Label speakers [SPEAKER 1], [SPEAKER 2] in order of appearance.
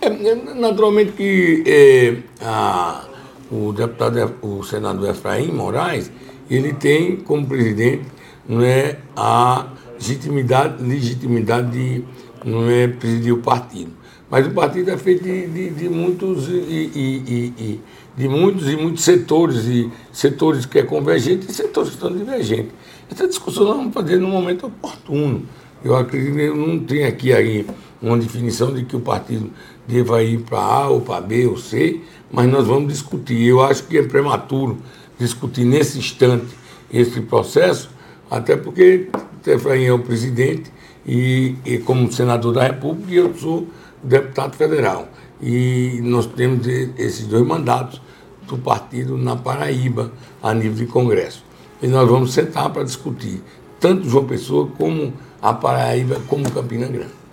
[SPEAKER 1] Naturalmente que o senador Efraim Moraes, ele tem como presidente, não é, a legitimidade de, não é, presidir o partido. Mas o partido é feito de muitos e muitos setores, e setores que é convergente e setores que estão divergentes. Essa discussão nós vamos fazer no momento oportuno. Eu acredito que eu não tenho aqui aí uma definição de que o partido deva ir para A ou para B ou C, mas nós vamos discutir. Eu acho que é prematuro discutir nesse instante esse processo, até porque Efraim é o presidente e como senador da República, e eu sou deputado federal. E nós temos esses 2 mandatos do partido na Paraíba, a nível de Congresso. E nós vamos sentar para discutir tanto João Pessoa como a Paraíba, como Campina Grande.